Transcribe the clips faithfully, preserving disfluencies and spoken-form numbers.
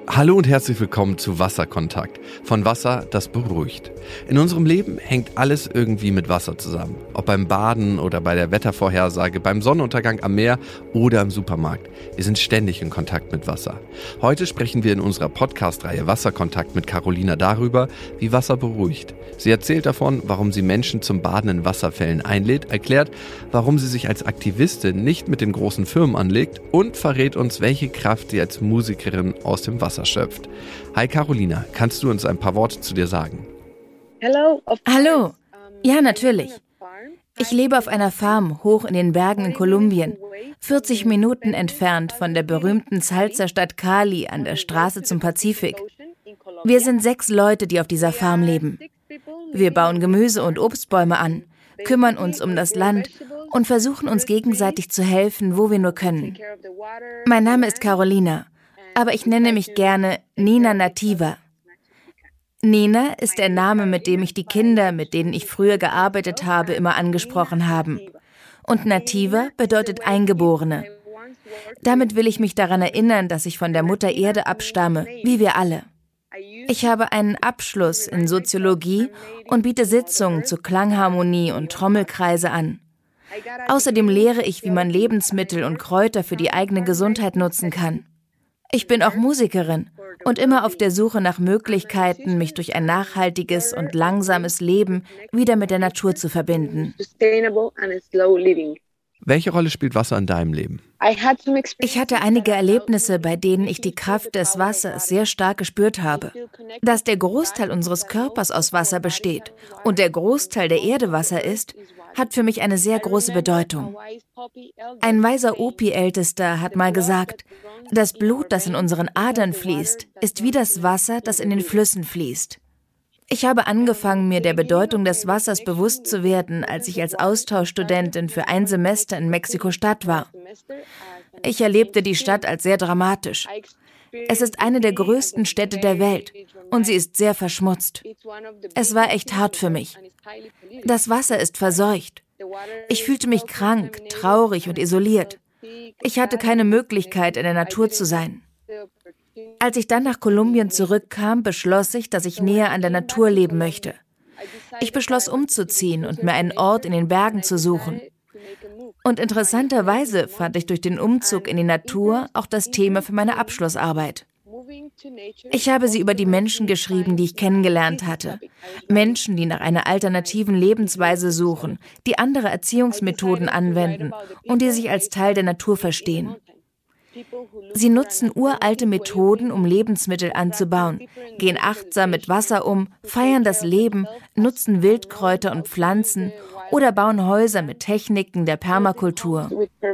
Hallo und herzlich willkommen zu Wasserkontakt, von Wasser, das beruhigt. In unserem Leben hängt alles irgendwie mit Wasser zusammen. Ob beim Baden oder bei der Wettervorhersage, beim Sonnenuntergang am Meer oder im Supermarkt. Wir sind ständig in Kontakt mit Wasser. Heute sprechen wir in unserer Podcast-Reihe Wasserkontakt mit Carolina darüber, wie Wasser beruhigt. Sie erzählt davon, warum sie Menschen zum Baden in Wasserfällen einlädt, erklärt, warum sie sich als Aktivistin nicht mit den großen Firmen anlegt und verrät uns, welche Kraft sie als Musikerin aus dem Wasser schöpft. Hi Carolina, kannst du uns ein paar Worte zu dir sagen? Hallo. Ja, natürlich. Ich lebe auf einer Farm hoch in den Bergen in Kolumbien, vierzig Minuten entfernt von der berühmten Salsa-Stadt Cali an der Straße zum Pazifik. Wir sind sechs Leute, die auf dieser Farm leben. Wir bauen Gemüse und Obstbäume an, kümmern uns um das Land und versuchen uns gegenseitig zu helfen, wo wir nur können. Mein Name ist Carolina, aber ich nenne mich gerne Nina Nativa. Nina ist der Name, mit dem mich die Kinder, mit denen ich früher gearbeitet habe, immer angesprochen haben. Und Nativa bedeutet Eingeborene. Damit will ich mich daran erinnern, dass ich von der Mutter Erde abstamme, wie wir alle. Ich habe einen Abschluss in Soziologie und biete Sitzungen zu Klangharmonie und Trommelkreise an. Außerdem lehre ich, wie man Lebensmittel und Kräuter für die eigene Gesundheit nutzen kann. Ich bin auch Musikerin und immer auf der Suche nach Möglichkeiten, mich durch ein nachhaltiges und langsames Leben wieder mit der Natur zu verbinden. Welche Rolle spielt Wasser in deinem Leben? Ich hatte einige Erlebnisse, bei denen ich die Kraft des Wassers sehr stark gespürt habe. Dass der Großteil unseres Körpers aus Wasser besteht und der Großteil der Erde Wasser ist, hat für mich eine sehr große Bedeutung. Ein weiser Opi-Ältester hat mal gesagt, das Blut, das in unseren Adern fließt, ist wie das Wasser, das in den Flüssen fließt. Ich habe angefangen, mir der Bedeutung des Wassers bewusst zu werden, als ich als Austauschstudentin für ein Semester in Mexiko-Stadt war. Ich erlebte die Stadt als sehr dramatisch. Es ist eine der größten Städte der Welt und sie ist sehr verschmutzt. Es war echt hart für mich. Das Wasser ist verseucht. Ich fühlte mich krank, traurig und isoliert. Ich hatte keine Möglichkeit, in der Natur zu sein. Als ich dann nach Kolumbien zurückkam, beschloss ich, dass ich näher an der Natur leben möchte. Ich beschloss, umzuziehen und mir einen Ort in den Bergen zu suchen. Und interessanterweise fand ich durch den Umzug in die Natur auch das Thema für meine Abschlussarbeit. Ich habe sie über die Menschen geschrieben, die ich kennengelernt hatte. Menschen, die nach einer alternativen Lebensweise suchen, die andere Erziehungsmethoden anwenden und die sich als Teil der Natur verstehen. Sie nutzen uralte Methoden, um Lebensmittel anzubauen, gehen achtsam mit Wasser um, feiern das Leben, nutzen Wildkräuter und Pflanzen oder bauen Häuser mit Techniken der Permakultur.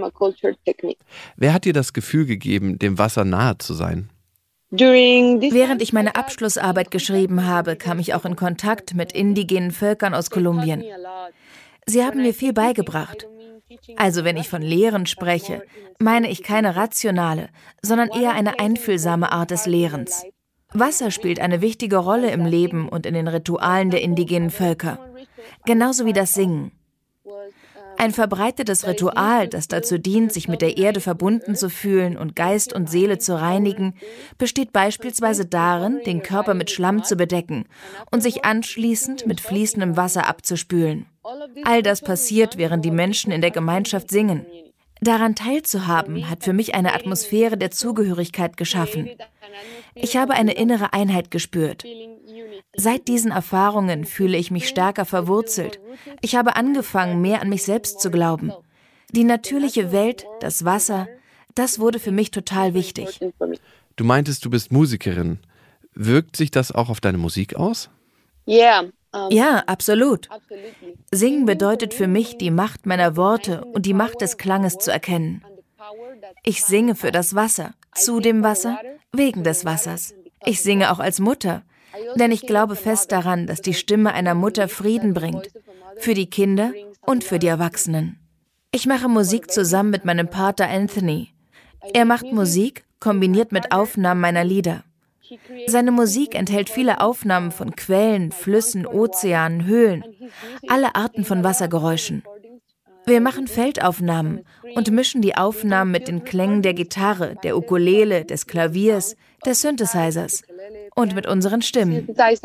Wer hat dir das Gefühl gegeben, dem Wasser nahe zu sein? Während ich meine Abschlussarbeit geschrieben habe, kam ich auch in Kontakt mit indigenen Völkern aus Kolumbien. Sie haben mir viel beigebracht. Also wenn ich von Lehren spreche, meine ich keine rationale, sondern eher eine einfühlsame Art des Lehrens. Wasser spielt eine wichtige Rolle im Leben und in den Ritualen der indigenen Völker, genauso wie das Singen. Ein verbreitetes Ritual, das dazu dient, sich mit der Erde verbunden zu fühlen und Geist und Seele zu reinigen, besteht beispielsweise darin, den Körper mit Schlamm zu bedecken und sich anschließend mit fließendem Wasser abzuspülen. All das passiert, während die Menschen in der Gemeinschaft singen. Daran teilzuhaben, hat für mich eine Atmosphäre der Zugehörigkeit geschaffen. Ich habe eine innere Einheit gespürt. Seit diesen Erfahrungen fühle ich mich stärker verwurzelt. Ich habe angefangen, mehr an mich selbst zu glauben. Die natürliche Welt, das Wasser, das wurde für mich total wichtig. Du meintest, du bist Musikerin. Wirkt sich das auch auf deine Musik aus? Ja, absolut. Singen bedeutet für mich, die Macht meiner Worte und die Macht des Klanges zu erkennen. Ich singe für das Wasser, zu dem Wasser, wegen des Wassers. Ich singe auch als Mutter, denn ich glaube fest daran, dass die Stimme einer Mutter Frieden bringt, für die Kinder und für die Erwachsenen. Ich mache Musik zusammen mit meinem Pater Anthony. Er macht Musik, kombiniert mit Aufnahmen meiner Lieder. Seine Musik enthält viele Aufnahmen von Quellen, Flüssen, Ozeanen, Höhlen, alle Arten von Wassergeräuschen. Wir machen Feldaufnahmen und mischen die Aufnahmen mit den Klängen der Gitarre, der Ukulele, des Klaviers, des Synthesizers und mit unseren Stimmen.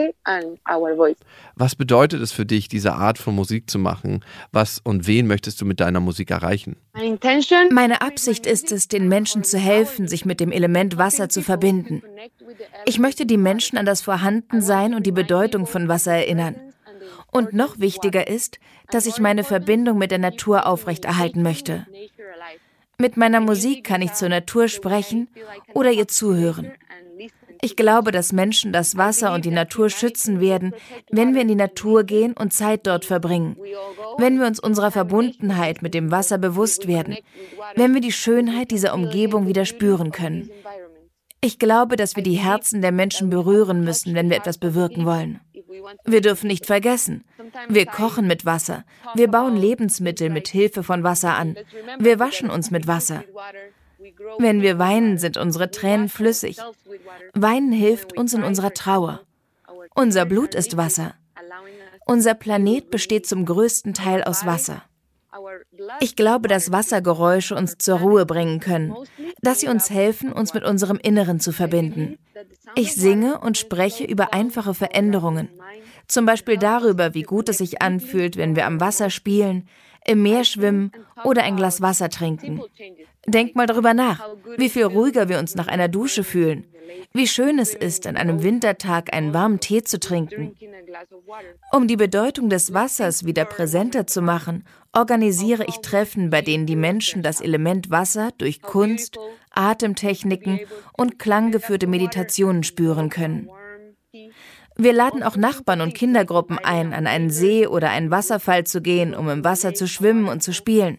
Was bedeutet es für dich, diese Art von Musik zu machen? Was und wen möchtest du mit deiner Musik erreichen? Meine Absicht ist es, den Menschen zu helfen, sich mit dem Element Wasser zu verbinden. Ich möchte die Menschen an das Vorhandensein und die Bedeutung von Wasser erinnern. Und noch wichtiger ist, dass ich meine Verbindung mit der Natur aufrechterhalten möchte. Mit meiner Musik kann ich zur Natur sprechen oder ihr zuhören. Ich glaube, dass Menschen das Wasser und die Natur schützen werden, wenn wir in die Natur gehen und Zeit dort verbringen, wenn wir uns unserer Verbundenheit mit dem Wasser bewusst werden, wenn wir die Schönheit dieser Umgebung wieder spüren können. Ich glaube, dass wir die Herzen der Menschen berühren müssen, wenn wir etwas bewirken wollen. Wir dürfen nicht vergessen, wir kochen mit Wasser, wir bauen Lebensmittel mit Hilfe von Wasser an, wir waschen uns mit Wasser. Wenn wir weinen, sind unsere Tränen flüssig. Weinen hilft uns in unserer Trauer. Unser Blut ist Wasser. Unser Planet besteht zum größten Teil aus Wasser. Ich glaube, dass Wassergeräusche uns zur Ruhe bringen können, dass sie uns helfen, uns mit unserem Inneren zu verbinden. Ich singe und spreche über einfache Veränderungen, zum Beispiel darüber, wie gut es sich anfühlt, wenn wir am Wasser spielen, im Meer schwimmen oder ein Glas Wasser trinken. Denk mal darüber nach, wie viel ruhiger wir uns nach einer Dusche fühlen, wie schön es ist, an einem Wintertag einen warmen Tee zu trinken. Um die Bedeutung des Wassers wieder präsenter zu machen, organisiere ich Treffen, bei denen die Menschen das Element Wasser durch Kunst, Atemtechniken und klanggeführte Meditationen spüren können. Wir laden auch Nachbarn und Kindergruppen ein, an einen See oder einen Wasserfall zu gehen, um im Wasser zu schwimmen und zu spielen.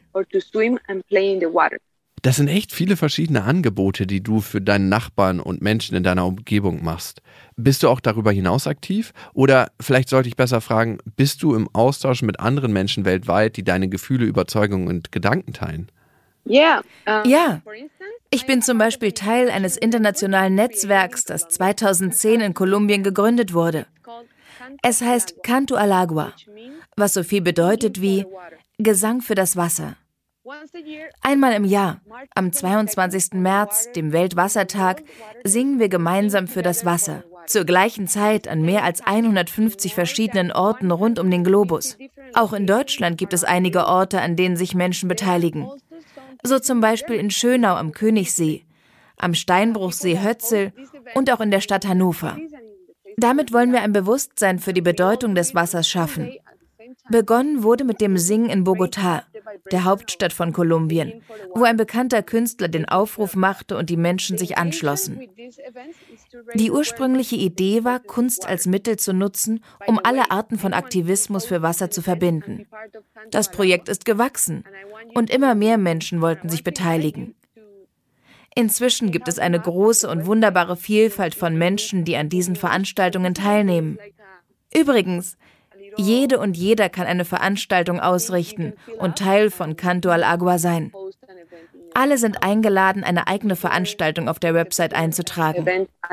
Das sind echt viele verschiedene Angebote, die du für deine Nachbarn und Menschen in deiner Umgebung machst. Bist du auch darüber hinaus aktiv? Oder vielleicht sollte ich besser fragen, bist du im Austausch mit anderen Menschen weltweit, die deine Gefühle, Überzeugungen und Gedanken teilen? Ja, ich bin zum Beispiel Teil eines internationalen Netzwerks, das zweitausendzehn in Kolumbien gegründet wurde. Es heißt Canto al Agua, was so viel bedeutet wie Gesang für das Wasser. Einmal im Jahr, am zweiundzwanzigsten März, dem Weltwassertag, singen wir gemeinsam für das Wasser. Zur gleichen Zeit an mehr als hundertfünfzig verschiedenen Orten rund um den Globus. Auch in Deutschland gibt es einige Orte, an denen sich Menschen beteiligen. So zum Beispiel in Schönau am Königssee, am Steinbruchsee Hötzel und auch in der Stadt Hannover. Damit wollen wir ein Bewusstsein für die Bedeutung des Wassers schaffen. Begonnen wurde mit dem Singen in Bogotá, der Hauptstadt von Kolumbien, wo ein bekannter Künstler den Aufruf machte und die Menschen sich anschlossen. Die ursprüngliche Idee war, Kunst als Mittel zu nutzen, um alle Arten von Aktivismus für Wasser zu verbinden. Das Projekt ist gewachsen und immer mehr Menschen wollten sich beteiligen. Inzwischen gibt es eine große und wunderbare Vielfalt von Menschen, die an diesen Veranstaltungen teilnehmen. Übrigens, jede und jeder kann eine Veranstaltung ausrichten und Teil von Canto al Agua sein. Alle sind eingeladen, eine eigene Veranstaltung auf der Website einzutragen.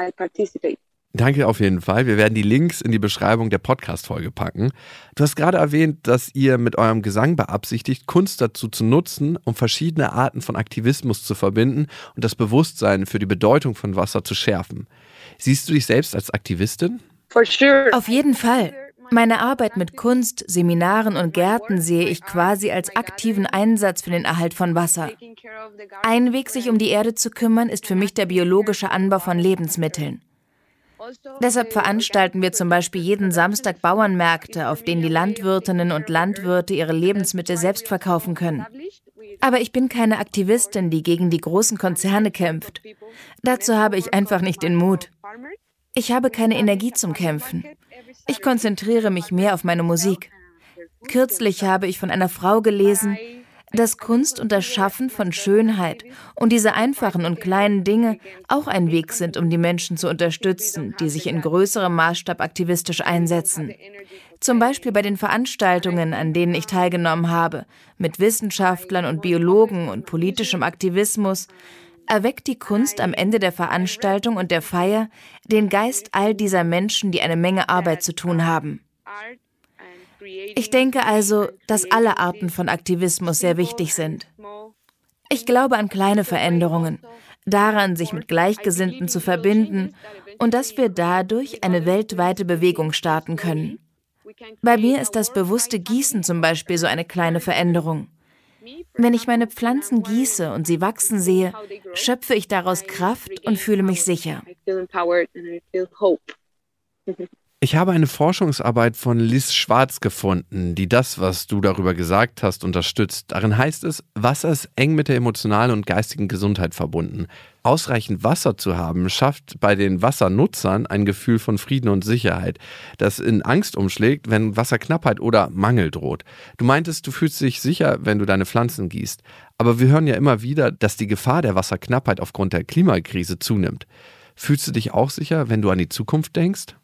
Danke auf jeden Fall. Wir werden die Links in die Beschreibung der Podcast-Folge packen. Du hast gerade erwähnt, dass ihr mit eurem Gesang beabsichtigt, Kunst dazu zu nutzen, um verschiedene Arten von Aktivismus zu verbinden und das Bewusstsein für die Bedeutung von Wasser zu schärfen. Siehst du dich selbst als Aktivistin? Auf jeden Fall. Meine Arbeit mit Kunst, Seminaren und Gärten sehe ich quasi als aktiven Einsatz für den Erhalt von Wasser. Ein Weg, sich um die Erde zu kümmern, ist für mich der biologische Anbau von Lebensmitteln. Deshalb veranstalten wir zum Beispiel jeden Samstag Bauernmärkte, auf denen die Landwirtinnen und Landwirte ihre Lebensmittel selbst verkaufen können. Aber ich bin keine Aktivistin, die gegen die großen Konzerne kämpft. Dazu habe ich einfach nicht den Mut. Ich habe keine Energie zum Kämpfen. Ich konzentriere mich mehr auf meine Musik. Kürzlich habe ich von einer Frau gelesen, dass Kunst und das Schaffen von Schönheit und diese einfachen und kleinen Dinge auch ein Weg sind, um die Menschen zu unterstützen, die sich in größerem Maßstab aktivistisch einsetzen. Zum Beispiel bei den Veranstaltungen, an denen ich teilgenommen habe, mit Wissenschaftlern und Biologen und politischem Aktivismus, erweckt die Kunst am Ende der Veranstaltung und der Feier den Geist all dieser Menschen, die eine Menge Arbeit zu tun haben. Ich denke also, dass alle Arten von Aktivismus sehr wichtig sind. Ich glaube an kleine Veränderungen, daran, sich mit Gleichgesinnten zu verbinden und dass wir dadurch eine weltweite Bewegung starten können. Bei mir ist das bewusste Gießen zum Beispiel so eine kleine Veränderung. Wenn ich meine Pflanzen gieße und sie wachsen sehe, schöpfe ich daraus Kraft und fühle mich sicher. Ich habe eine Forschungsarbeit von Liz Schwarz gefunden, die das, was du darüber gesagt hast, unterstützt. Darin heißt es, Wasser ist eng mit der emotionalen und geistigen Gesundheit verbunden. Ausreichend Wasser zu haben, schafft bei den Wassernutzern ein Gefühl von Frieden und Sicherheit, das in Angst umschlägt, wenn Wasserknappheit oder Mangel droht. Du meintest, du fühlst dich sicher, wenn du deine Pflanzen gießt. Aber wir hören ja immer wieder, dass die Gefahr der Wasserknappheit aufgrund der Klimakrise zunimmt. Fühlst du dich auch sicher, wenn du an die Zukunft denkst?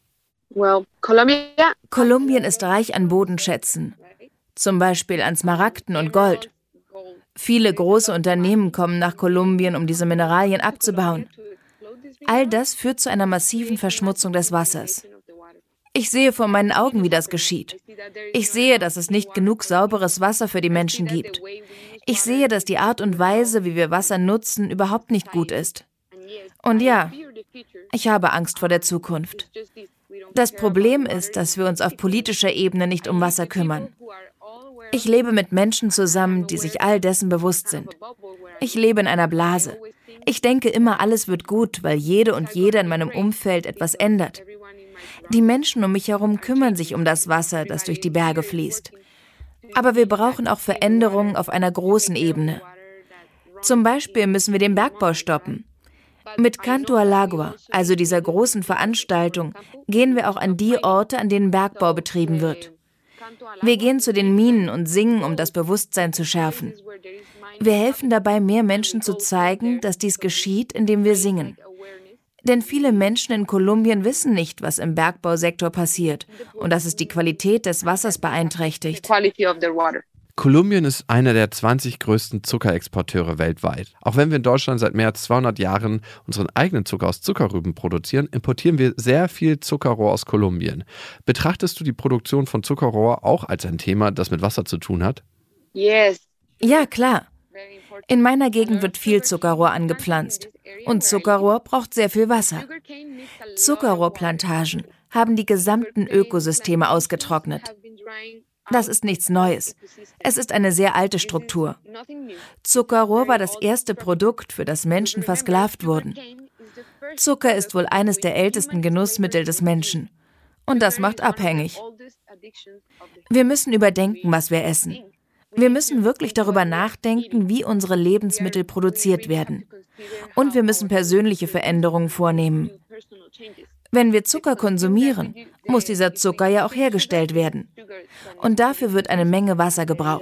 Kolumbien ist reich an Bodenschätzen, zum Beispiel an Smaragden und Gold. Viele große Unternehmen kommen nach Kolumbien, um diese Mineralien abzubauen. All das führt zu einer massiven Verschmutzung des Wassers. Ich sehe vor meinen Augen, wie das geschieht. Ich sehe, dass es nicht genug sauberes Wasser für die Menschen gibt. Ich sehe, dass die Art und Weise, wie wir Wasser nutzen, überhaupt nicht gut ist. Und ja, ich habe Angst vor der Zukunft. Das Problem ist, dass wir uns auf politischer Ebene nicht um Wasser kümmern. Ich lebe mit Menschen zusammen, die sich all dessen bewusst sind. Ich lebe in einer Blase. Ich denke immer, alles wird gut, weil jede und jeder in meinem Umfeld etwas ändert. Die Menschen um mich herum kümmern sich um das Wasser, das durch die Berge fließt. Aber wir brauchen auch Veränderungen auf einer großen Ebene. Zum Beispiel müssen wir den Bergbau stoppen. Mit Canto al Agua, also dieser großen Veranstaltung, gehen wir auch an die Orte, an denen Bergbau betrieben wird. Wir gehen zu den Minen und singen, um das Bewusstsein zu schärfen. Wir helfen dabei, mehr Menschen zu zeigen, dass dies geschieht, indem wir singen. Denn viele Menschen in Kolumbien wissen nicht, was im Bergbausektor passiert und dass es die Qualität des Wassers beeinträchtigt. Kolumbien ist einer der zwanzig größten Zuckerexporteure weltweit. Auch wenn wir in Deutschland seit mehr als zweihundert Jahren unseren eigenen Zucker aus Zuckerrüben produzieren, importieren wir sehr viel Zuckerrohr aus Kolumbien. Betrachtest du die Produktion von Zuckerrohr auch als ein Thema, das mit Wasser zu tun hat? Ja, klar. In meiner Gegend wird viel Zuckerrohr angepflanzt. Und Zuckerrohr braucht sehr viel Wasser. Zuckerrohrplantagen haben die gesamten Ökosysteme ausgetrocknet. Das ist nichts Neues. Es ist eine sehr alte Struktur. Zuckerrohr war das erste Produkt, für das Menschen versklavt wurden. Zucker ist wohl eines der ältesten Genussmittel des Menschen. Und das macht abhängig. Wir müssen überdenken, was wir essen. Wir müssen wirklich darüber nachdenken, wie unsere Lebensmittel produziert werden. Und wir müssen persönliche Veränderungen vornehmen. Wenn wir Zucker konsumieren, muss dieser Zucker ja auch hergestellt werden. Und dafür wird eine Menge Wasser gebraucht.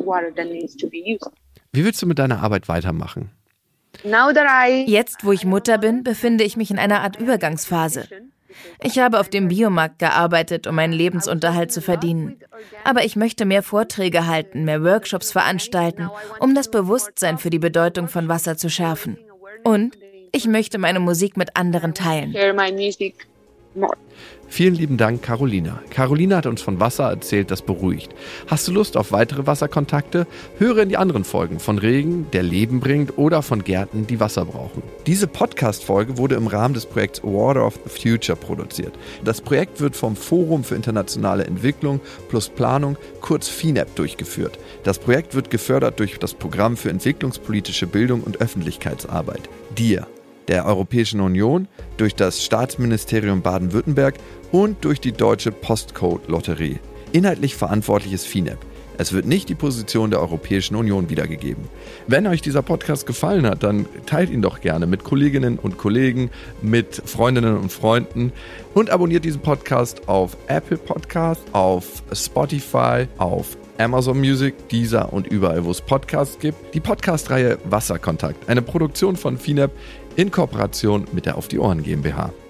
Wie willst du mit deiner Arbeit weitermachen? Jetzt, wo ich Mutter bin, befinde ich mich in einer Art Übergangsphase. Ich habe auf dem Biomarkt gearbeitet, um meinen Lebensunterhalt zu verdienen. Aber ich möchte mehr Vorträge halten, mehr Workshops veranstalten, um das Bewusstsein für die Bedeutung von Wasser zu schärfen. Und ich möchte meine Musik mit anderen teilen. Vielen lieben Dank, Carolina. Carolina hat uns von Wasser erzählt, das beruhigt. Hast du Lust auf weitere Wasserkontakte? Höre in die anderen Folgen von Regen, der Leben bringt oder von Gärten, die Wasser brauchen. Diese Podcast-Folge wurde im Rahmen des Projekts Water of the Future produziert. Das Projekt wird vom Forum für internationale Entwicklung plus Planung, kurz F I N E P, durchgeführt. Das Projekt wird gefördert durch das Programm für entwicklungspolitische Bildung und Öffentlichkeitsarbeit, D I A, der Europäischen Union, durch das Staatsministerium Baden-Württemberg und durch die Deutsche Postcode-Lotterie. Inhaltlich verantwortlich ist F I N E P. Es wird nicht die Position der Europäischen Union wiedergegeben. Wenn euch dieser Podcast gefallen hat, dann teilt ihn doch gerne mit Kolleginnen und Kollegen, mit Freundinnen und Freunden und abonniert diesen Podcast auf Apple Podcast, auf Spotify, auf Amazon Music, Deezer und überall, wo es Podcasts gibt. Die Podcast-Reihe Wasserkontakt, eine Produktion von F I N E P in Kooperation mit der Auf die Ohren GmbH.